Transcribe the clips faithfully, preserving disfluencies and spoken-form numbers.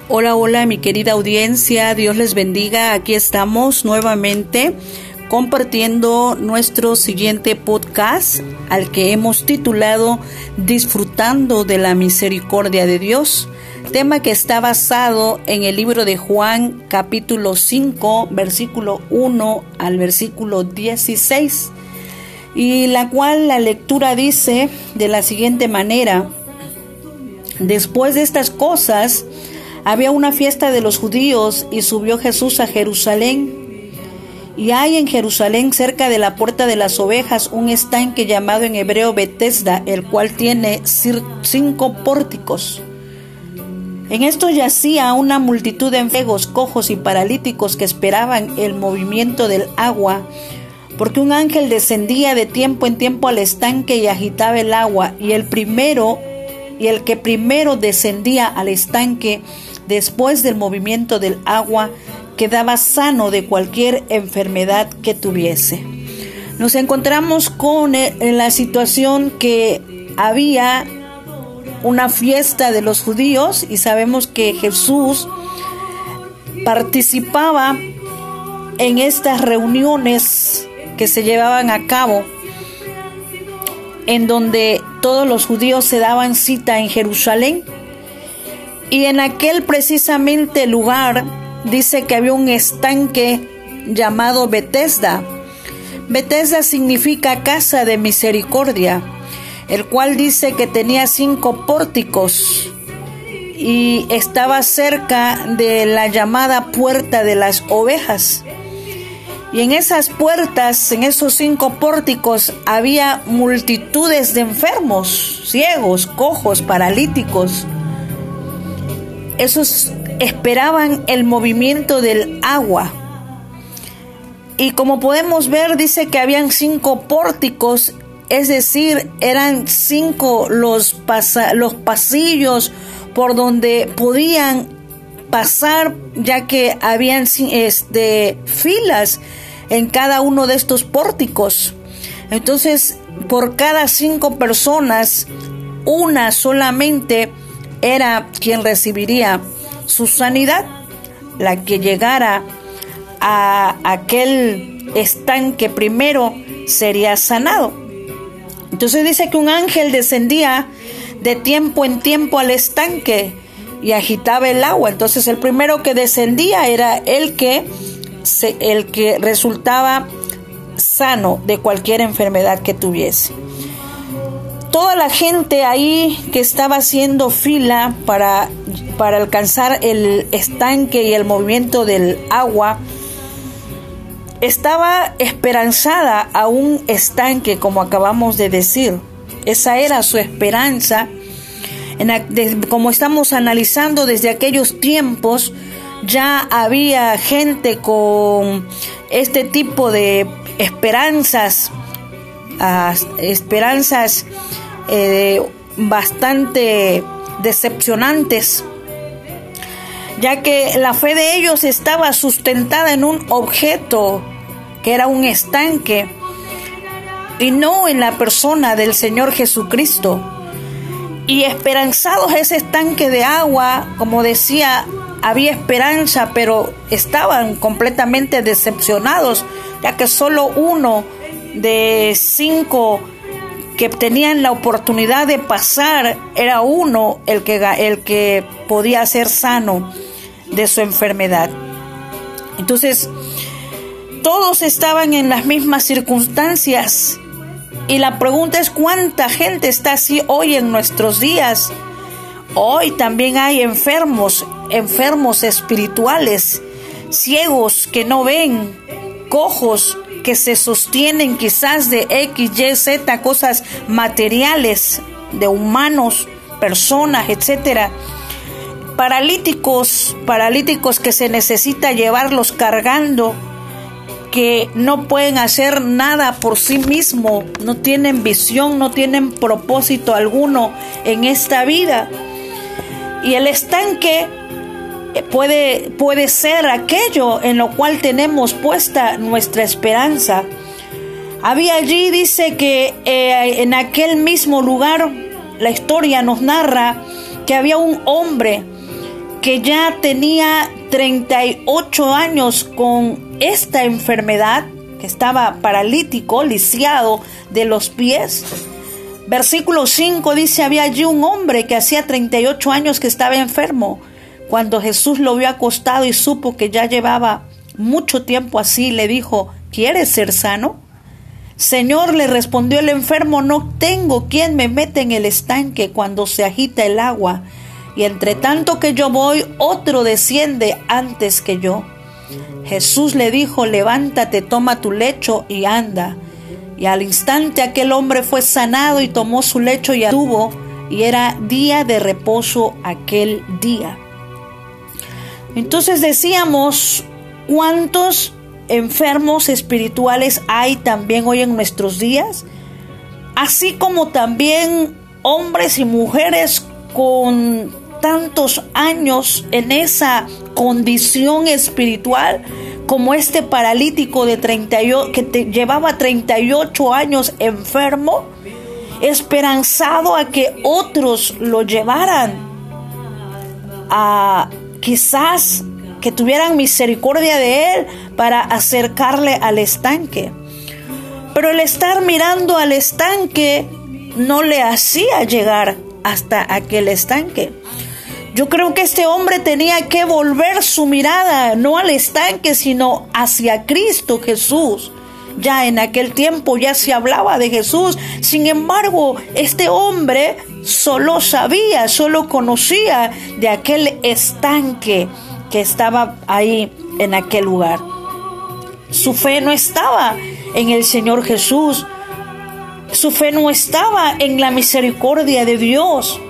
Hola, hola mi querida audiencia, Dios les bendiga. Aquí estamos nuevamente compartiendo nuestro siguiente podcast al que hemos titulado Disfrutando de la Misericordia de Dios, tema que está basado en el libro de Juan capítulo cinco versículo uno al versículo dieciséis, y la cual la lectura dice de la siguiente manera: después de estas cosas había una fiesta de los judíos y subió Jesús a Jerusalén. Y hay en Jerusalén, cerca de la puerta de las ovejas, un estanque llamado en hebreo Betesda, el cual tiene cinco pórticos. En esto yacía una multitud de enfermos, cojos y paralíticos que esperaban el movimiento del agua, porque un ángel descendía de tiempo en tiempo al estanque y agitaba el agua, y el primero y el que primero descendía al estanque después del movimiento del agua quedaba sano de cualquier enfermedad que tuviese. Nos encontramos con la situación que había una fiesta de los judíos y sabemos que Jesús participaba en estas reuniones que se llevaban a cabo, en donde todos los judíos se daban cita en Jerusalén. Y en aquel precisamente lugar dice que había un estanque llamado Betesda. Betesda significa casa de misericordia, el cual dice que tenía cinco pórticos y estaba cerca de la llamada puerta de las ovejas. Y en esas puertas, en esos cinco pórticos, había multitudes de enfermos, ciegos, cojos, paralíticos. Esos esperaban el movimiento del agua. Y como podemos ver, dice que habían cinco pórticos, es decir, eran cinco los, pasa, los pasillos por donde podían pasar, ya que habían este, filas en cada uno de estos pórticos. Entonces, por cada cinco personas, una solamente era quien recibiría su sanidad, la que llegara a aquel estanque primero sería sanado. Entonces dice que un ángel descendía de tiempo en tiempo al estanque y agitaba el agua. Entonces el primero que descendía era el que, se, el que resultaba sano de cualquier enfermedad que tuviese. Toda la gente ahí que estaba haciendo fila para, para alcanzar el estanque y el movimiento del agua estaba esperanzada a un estanque, como acabamos de decir. Esa era su esperanza. En, de, como estamos analizando desde aquellos tiempos, ya había gente con este tipo de esperanzas, uh, esperanzas eh, bastante decepcionantes, ya que la fe de ellos estaba sustentada en un objeto que era un estanque y no en la persona del Señor Jesucristo. Y esperanzados ese estanque de agua, como decía, había esperanza, pero estaban completamente decepcionados, ya que solo uno de cinco que tenían la oportunidad de pasar era uno el que, el que podía ser sano de su enfermedad. Entonces, todos estaban en las mismas circunstancias. Y la pregunta es, ¿cuánta gente está así hoy en nuestros días? Hoy también hay enfermos, enfermos espirituales, ciegos que no ven, cojos que se sostienen quizás de X, Y, Z, cosas materiales, de humanos, personas, etcétera. Paralíticos, paralíticos que se necesita llevarlos cargando, que no pueden hacer nada por sí mismos, no tienen visión, no tienen propósito alguno en esta vida. Y el estanque puede, puede ser aquello en lo cual tenemos puesta nuestra esperanza. Había allí, dice que eh, en aquel mismo lugar, la historia nos narra que había un hombre que ya tenía treinta y ocho años con esta enfermedad, que estaba paralítico, lisiado de los pies. Versículo cinco dice: había allí un hombre que hacía treinta y ocho años que estaba enfermo. Cuando Jesús lo vio acostado y supo que ya llevaba mucho tiempo así, le dijo: ¿quieres ser sano? Señor, le respondió el enfermo, no tengo quien me meta en el estanque cuando se agita el agua, y entre tanto que yo voy, otro desciende antes que yo. Jesús le dijo: levántate, toma tu lecho y anda. Y al instante aquel hombre fue sanado y tomó su lecho y anduvo, y era día de reposo aquel día. Entonces decíamos, ¿cuántos enfermos espirituales hay también hoy en nuestros días? Así como también hombres y mujeres con tantos años en esa condición espiritual, como este paralítico de treinta y ocho, que te, llevaba treinta y ocho años enfermo, esperanzado a que otros lo llevaran, a quizás que tuvieran misericordia de él para acercarle al estanque. Pero el estar mirando al estanque no le hacía llegar hasta aquel estanque. Yo creo que este hombre tenía que volver su mirada no al estanque, sino hacia Cristo Jesús. Ya en aquel tiempo ya se hablaba de Jesús. Sin embargo, este hombre solo sabía, solo conocía de aquel estanque que estaba ahí en aquel lugar. Su fe no estaba en el Señor Jesús. Su fe no estaba en la misericordia de Dios.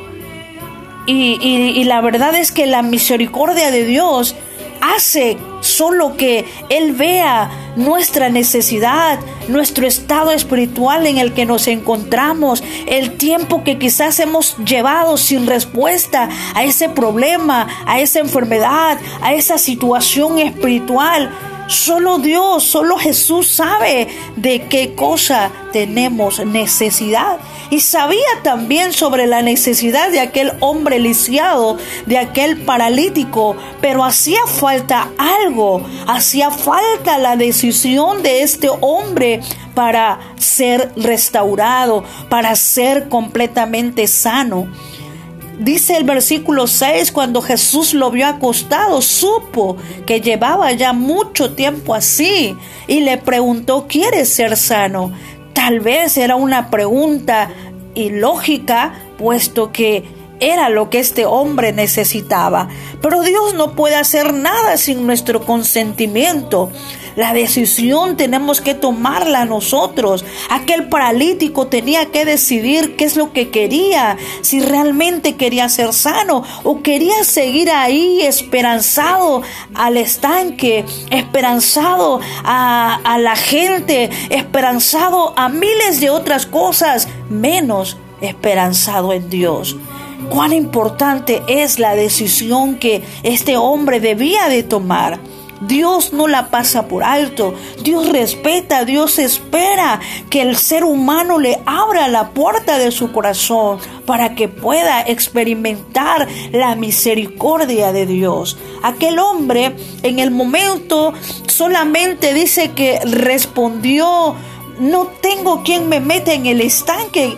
Y, y, y la verdad es que la misericordia de Dios hace solo que Él vea nuestra necesidad, nuestro estado espiritual en el que nos encontramos, el tiempo que quizás hemos llevado sin respuesta a ese problema, a esa enfermedad, a esa situación espiritual. Solo Dios, solo Jesús sabe de qué cosa tenemos necesidad. Y sabía también sobre la necesidad de aquel hombre lisiado, de aquel paralítico, pero hacía falta algo, hacía falta la decisión de este hombre para ser restaurado, para ser completamente sano. Dice el versículo seis, cuando Jesús lo vio acostado, supo que llevaba ya mucho tiempo así y le preguntó: ¿quieres ser sano? Tal vez era una pregunta ilógica, puesto que era lo que este hombre necesitaba. Pero Dios no puede hacer nada sin nuestro consentimiento. La decisión tenemos que tomarla nosotros. Aquel paralítico tenía que decidir qué es lo que quería, si realmente quería ser sano o quería seguir ahí esperanzado al estanque, esperanzado a, a la gente, esperanzado a miles de otras cosas, menos esperanzado en Dios. Cuán importante es la decisión que este hombre debía de tomar. Dios no la pasa por alto. Dios respeta, Dios espera que el ser humano le abra la puerta de su corazón para que pueda experimentar la misericordia de Dios. Aquel hombre en el momento solamente dice que respondió: no tengo quien me meta en el estanque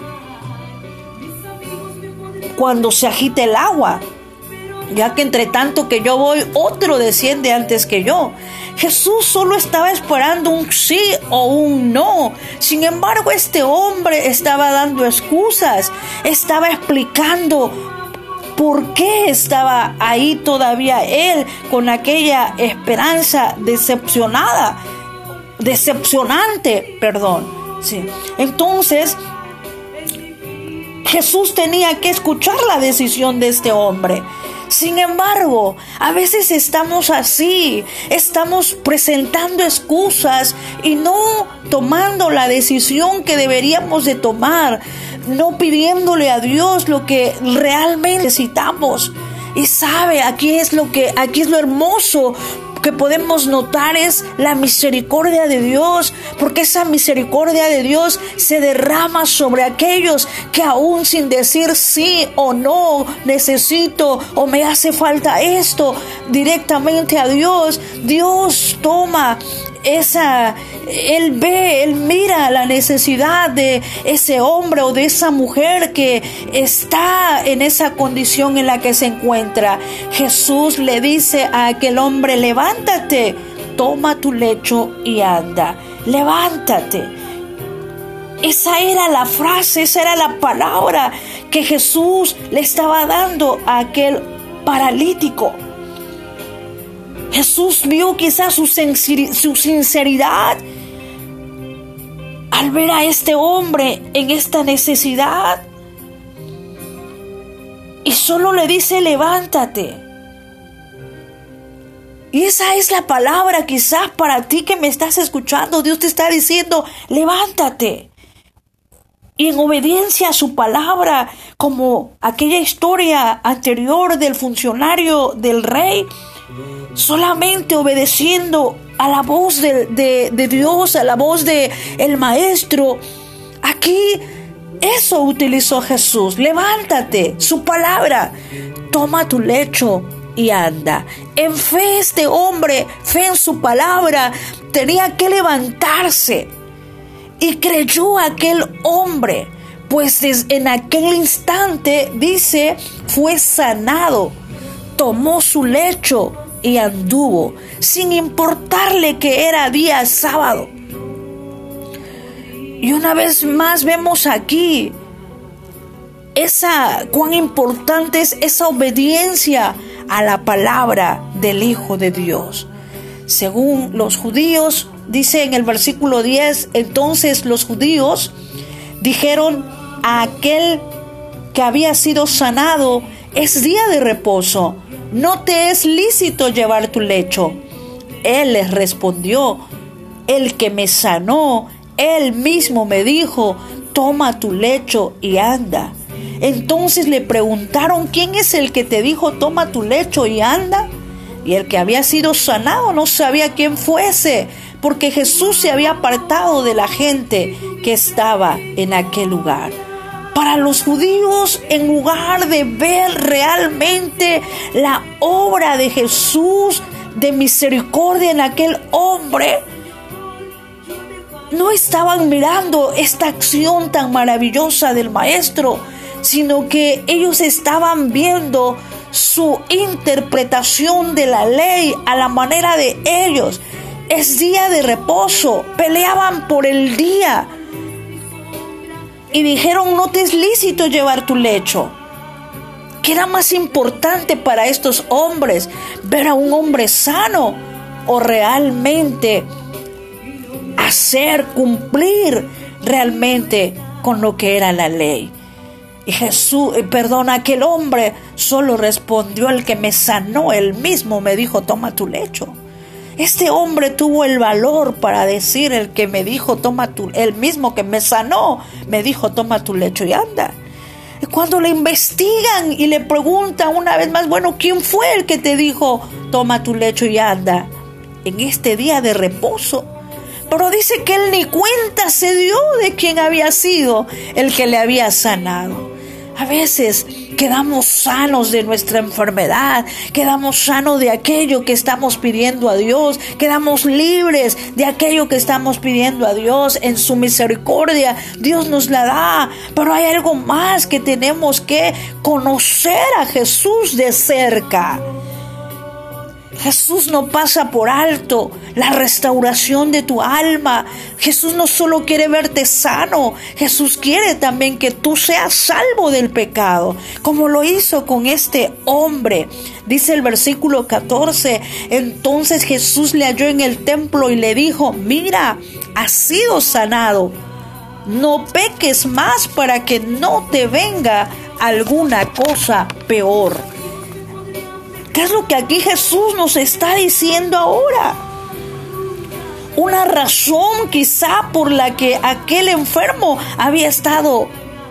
cuando se agite el agua, ya que entre tanto que yo voy, otro desciende antes que yo. Jesús solo estaba esperando un sí o un no. Sin embargo, este hombre estaba dando excusas, estaba explicando por qué estaba ahí todavía él con aquella esperanza decepcionada, decepcionante, perdón. Sí. Entonces, Jesús tenía que escuchar la decisión de este hombre. Sin embargo, a veces estamos así, estamos presentando excusas y no tomando la decisión que deberíamos de tomar, no pidiéndole a Dios lo que realmente necesitamos. Y sabe, aquí es lo que, aquí es lo hermoso. que podemos notar es la misericordia de Dios, porque esa misericordia de Dios se derrama sobre aquellos que aún sin decir sí o no, necesito o me hace falta esto, directamente a Dios, Dios toma esa, Él ve, Él mira la necesidad de ese hombre o de esa mujer que está en esa condición en la que se encuentra. Jesús le dice a aquel hombre: levántate, toma tu lecho y anda. Levántate. Esa era la frase, esa era la palabra que Jesús le estaba dando a aquel paralítico. Jesús vio quizás su sinceridad al ver a este hombre en esta necesidad, y solo le dice: levántate. Y esa es la palabra quizás para ti que me estás escuchando. Dios te está diciendo: levántate. Y en obediencia a su palabra, como aquella historia anterior del funcionario del rey, solamente obedeciendo a la voz de, de, de Dios, a la voz de el maestro, aquí eso utilizó Jesús. Levántate, su palabra, toma tu lecho y anda. En fe, este hombre, fe en su palabra, tenía que levantarse, y creyó aquel hombre, pues en aquel instante, dice, fue sanado, tomó su lecho y anduvo, sin importarle que era día sábado. Y una vez más vemos aquí esa cuán importante es esa obediencia a la palabra del Hijo de Dios. Según los judíos, dice en el versículo diez, entonces los judíos dijeron a aquel que había sido sanado: es día de reposo, no te es lícito llevar tu lecho. Él les respondió: el que me sanó, él mismo me dijo: toma tu lecho y anda. Entonces le preguntaron: ¿quién es el que te dijo toma tu lecho y anda? Y el que había sido sanado no sabía quién fuese, porque Jesús se había apartado de la gente que estaba en aquel lugar. Para los judíos, en lugar de ver realmente la obra de Jesús de misericordia en aquel hombre, no estaban mirando esta acción tan maravillosa del maestro, sino que ellos estaban viendo su interpretación de la ley a la manera de ellos. Es día de reposo, peleaban por el día y dijeron: no te es lícito llevar tu lecho. ¿Qué era más importante para estos hombres? ¿Ver a un hombre sano o realmente hacer cumplir realmente con lo que era la ley? Y Jesús, perdón, aquel hombre solo respondió: el que me sanó, él mismo me dijo toma tu lecho. Este hombre tuvo el valor para decir: el que me dijo toma tu, el mismo que me sanó, me dijo toma tu lecho y anda. Y cuando le investigan y le preguntan una vez más: bueno, ¿quién fue el que te dijo toma tu lecho y anda en este día de reposo? Pero dice que él ni cuenta se dio de quién había sido el que le había sanado. A veces quedamos sanos de nuestra enfermedad, quedamos sanos de aquello que estamos pidiendo a Dios, quedamos libres de aquello que estamos pidiendo a Dios. En su misericordia Dios nos la da, pero hay algo más, que tenemos que conocer a Jesús de cerca. Jesús no pasa por alto la restauración de tu alma. Jesús no solo quiere verte sano, Jesús quiere también que tú seas salvo del pecado, como lo hizo con este hombre. Dice el versículo catorce, entonces Jesús le halló en el templo y le dijo: mira, has sido sanado, no peques más para que no te venga alguna cosa peor. ¿Qué es lo que aquí Jesús nos está diciendo ahora? Una razón quizá por la que aquel enfermo había estado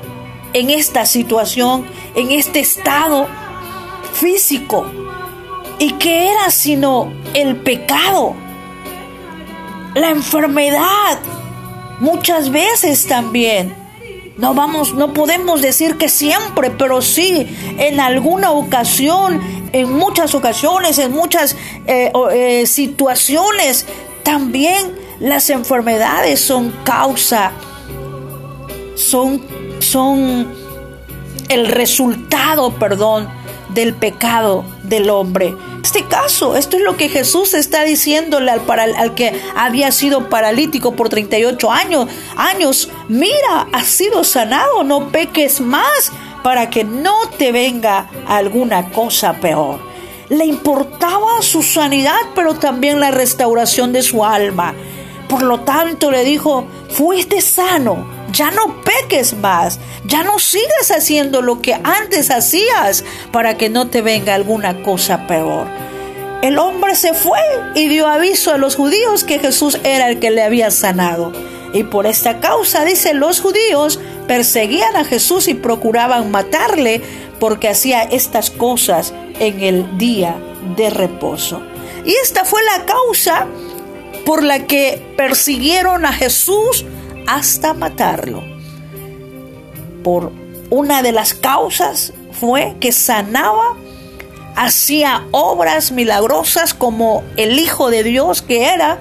en esta situación, en este estado físico. ¿Y qué era sino el pecado? La enfermedad, muchas veces también. No vamos, no podemos decir que siempre, pero sí en alguna ocasión, en muchas ocasiones, en muchas eh, eh, situaciones, también las enfermedades son causa, son, son el resultado, perdón, del pecado del hombre. En este caso, esto es lo que Jesús está diciéndole al, para, al que había sido paralítico por treinta y ocho años, años. Mira, has sido sanado, no peques más para que no te venga alguna cosa peor. Le importaba su sanidad, pero también la restauración de su alma. Por lo tanto, le dijo, fuiste sano. Ya no peques más, ya no sigas haciendo lo que antes hacías para que no te venga alguna cosa peor. El hombre se fue y dio aviso a los judíos que Jesús era el que le había sanado. Y por esta causa, dice, los judíos perseguían a Jesús y procuraban matarle porque hacía estas cosas en el día de reposo. Y esta fue la causa por la que persiguieron a Jesús hasta matarlo. Por una de las causas fue que sanaba, hacía obras milagrosas como el Hijo de Dios que era,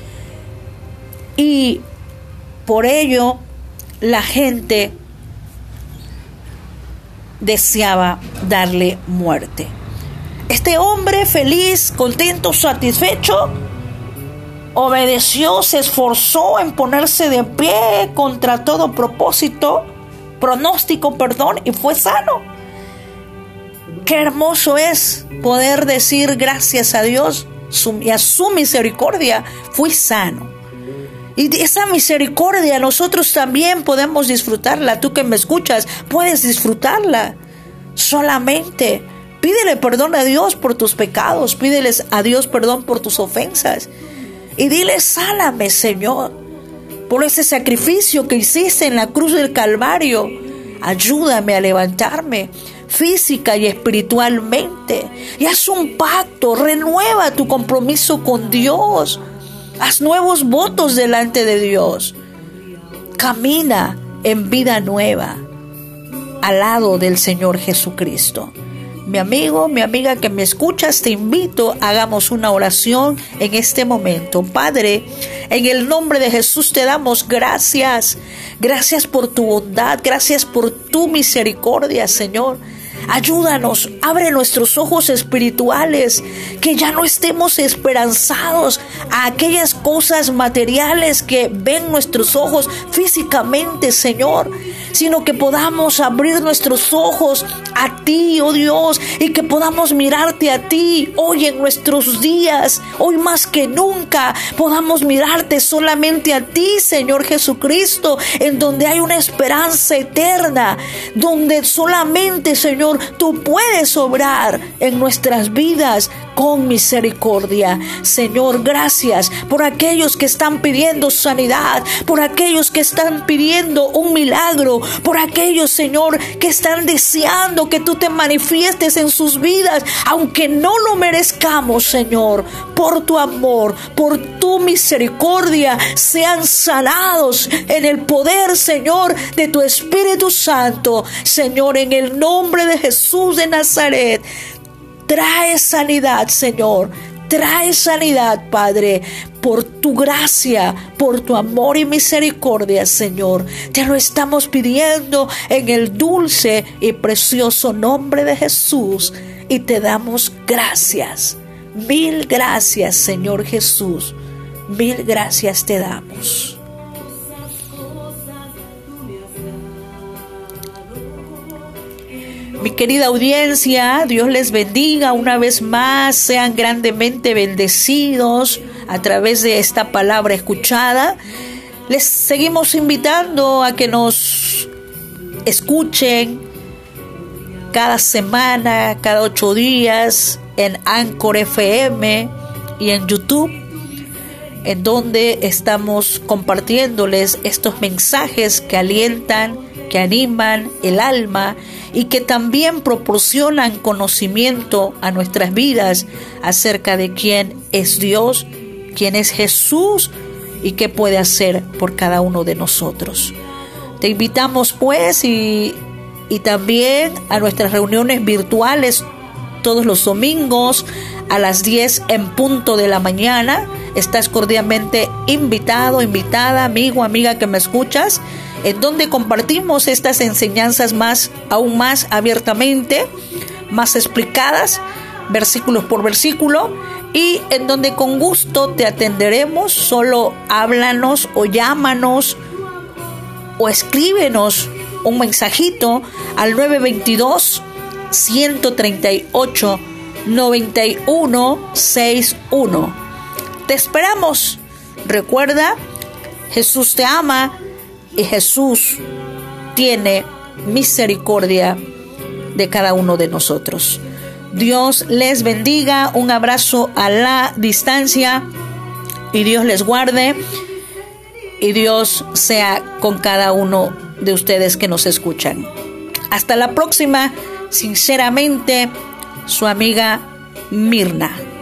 y por ello la gente deseaba darle muerte. Este hombre feliz, contento, satisfecho, obedeció, se esforzó en ponerse de pie contra todo propósito, pronóstico, perdón, y fue sano. Qué hermoso es poder decir gracias a Dios su, y a su misericordia, fui sano. Y esa misericordia nosotros también podemos disfrutarla. Tú que me escuchas, puedes disfrutarla. Solamente pídele perdón a Dios por tus pecados, pídeles a Dios perdón por tus ofensas. Y dile, sáname, Señor, por ese sacrificio que hiciste en la cruz del Calvario. Ayúdame a levantarme física y espiritualmente. Y haz un pacto, renueva tu compromiso con Dios. Haz nuevos votos delante de Dios. Camina en vida nueva al lado del Señor Jesucristo. Mi amigo, mi amiga que me escuchas, te invito, hagamos una oración en este momento. Padre, en el nombre de Jesús te damos gracias. Gracias por tu bondad, gracias por tu misericordia, Señor. Ayúdanos, abre nuestros ojos espirituales, que ya no estemos esperanzados a aquellas cosas materiales que ven nuestros ojos físicamente, Señor, sino que podamos abrir nuestros ojos a ti, oh Dios, y que podamos mirarte a ti hoy en nuestros días, hoy más que nunca, podamos mirarte solamente a ti, Señor Jesucristo, en donde hay una esperanza eterna, donde solamente, Señor, tú puedes obrar en nuestras vidas con misericordia. Señor, gracias por aquellos que están pidiendo sanidad, por aquellos que están pidiendo un milagro, por aquellos, Señor, que están deseando que tú te manifiestes en sus vidas, aunque no lo merezcamos, Señor. Por tu amor, por tu misericordia, sean sanados en el poder, Señor, de tu Espíritu Santo. Señor, en el nombre de Jesús de Nazaret, trae sanidad, Señor. Trae sanidad, Padre, por tu gracia, por tu amor y misericordia, Señor. Te lo estamos pidiendo en el dulce y precioso nombre de Jesús. Y te damos gracias. Mil gracias, Señor Jesús. Mil gracias te damos. Mi querida audiencia, Dios les bendiga una vez más, sean grandemente bendecidos a través de esta palabra escuchada. Les seguimos invitando a que nos escuchen cada semana, cada ocho días en Anchor F M y en YouTube, en donde estamos compartiéndoles estos mensajes que alientan, que animan el alma y que también proporcionan conocimiento a nuestras vidas acerca de quién es Dios, quién es Jesús y qué puede hacer por cada uno de nosotros. Te invitamos pues y, y también a nuestras reuniones virtuales todos los domingos a las diez en punto de la mañana. Estás cordialmente invitado, invitada, amigo, amiga que me escuchas, en donde compartimos estas enseñanzas más, aún más abiertamente, más explicadas, versículos por versículo, y en donde con gusto te atenderemos. Solo háblanos o llámanos o escríbenos un mensajito al nueve dos dos, uno tres ocho, nueve uno seis uno. Te esperamos. Recuerda, Jesús te ama y Jesús tiene misericordia de cada uno de nosotros. Dios les bendiga. Un abrazo a la distancia y Dios les guarde y Dios sea con cada uno de ustedes que nos escuchan. Hasta la próxima. Sinceramente, su amiga Mirna.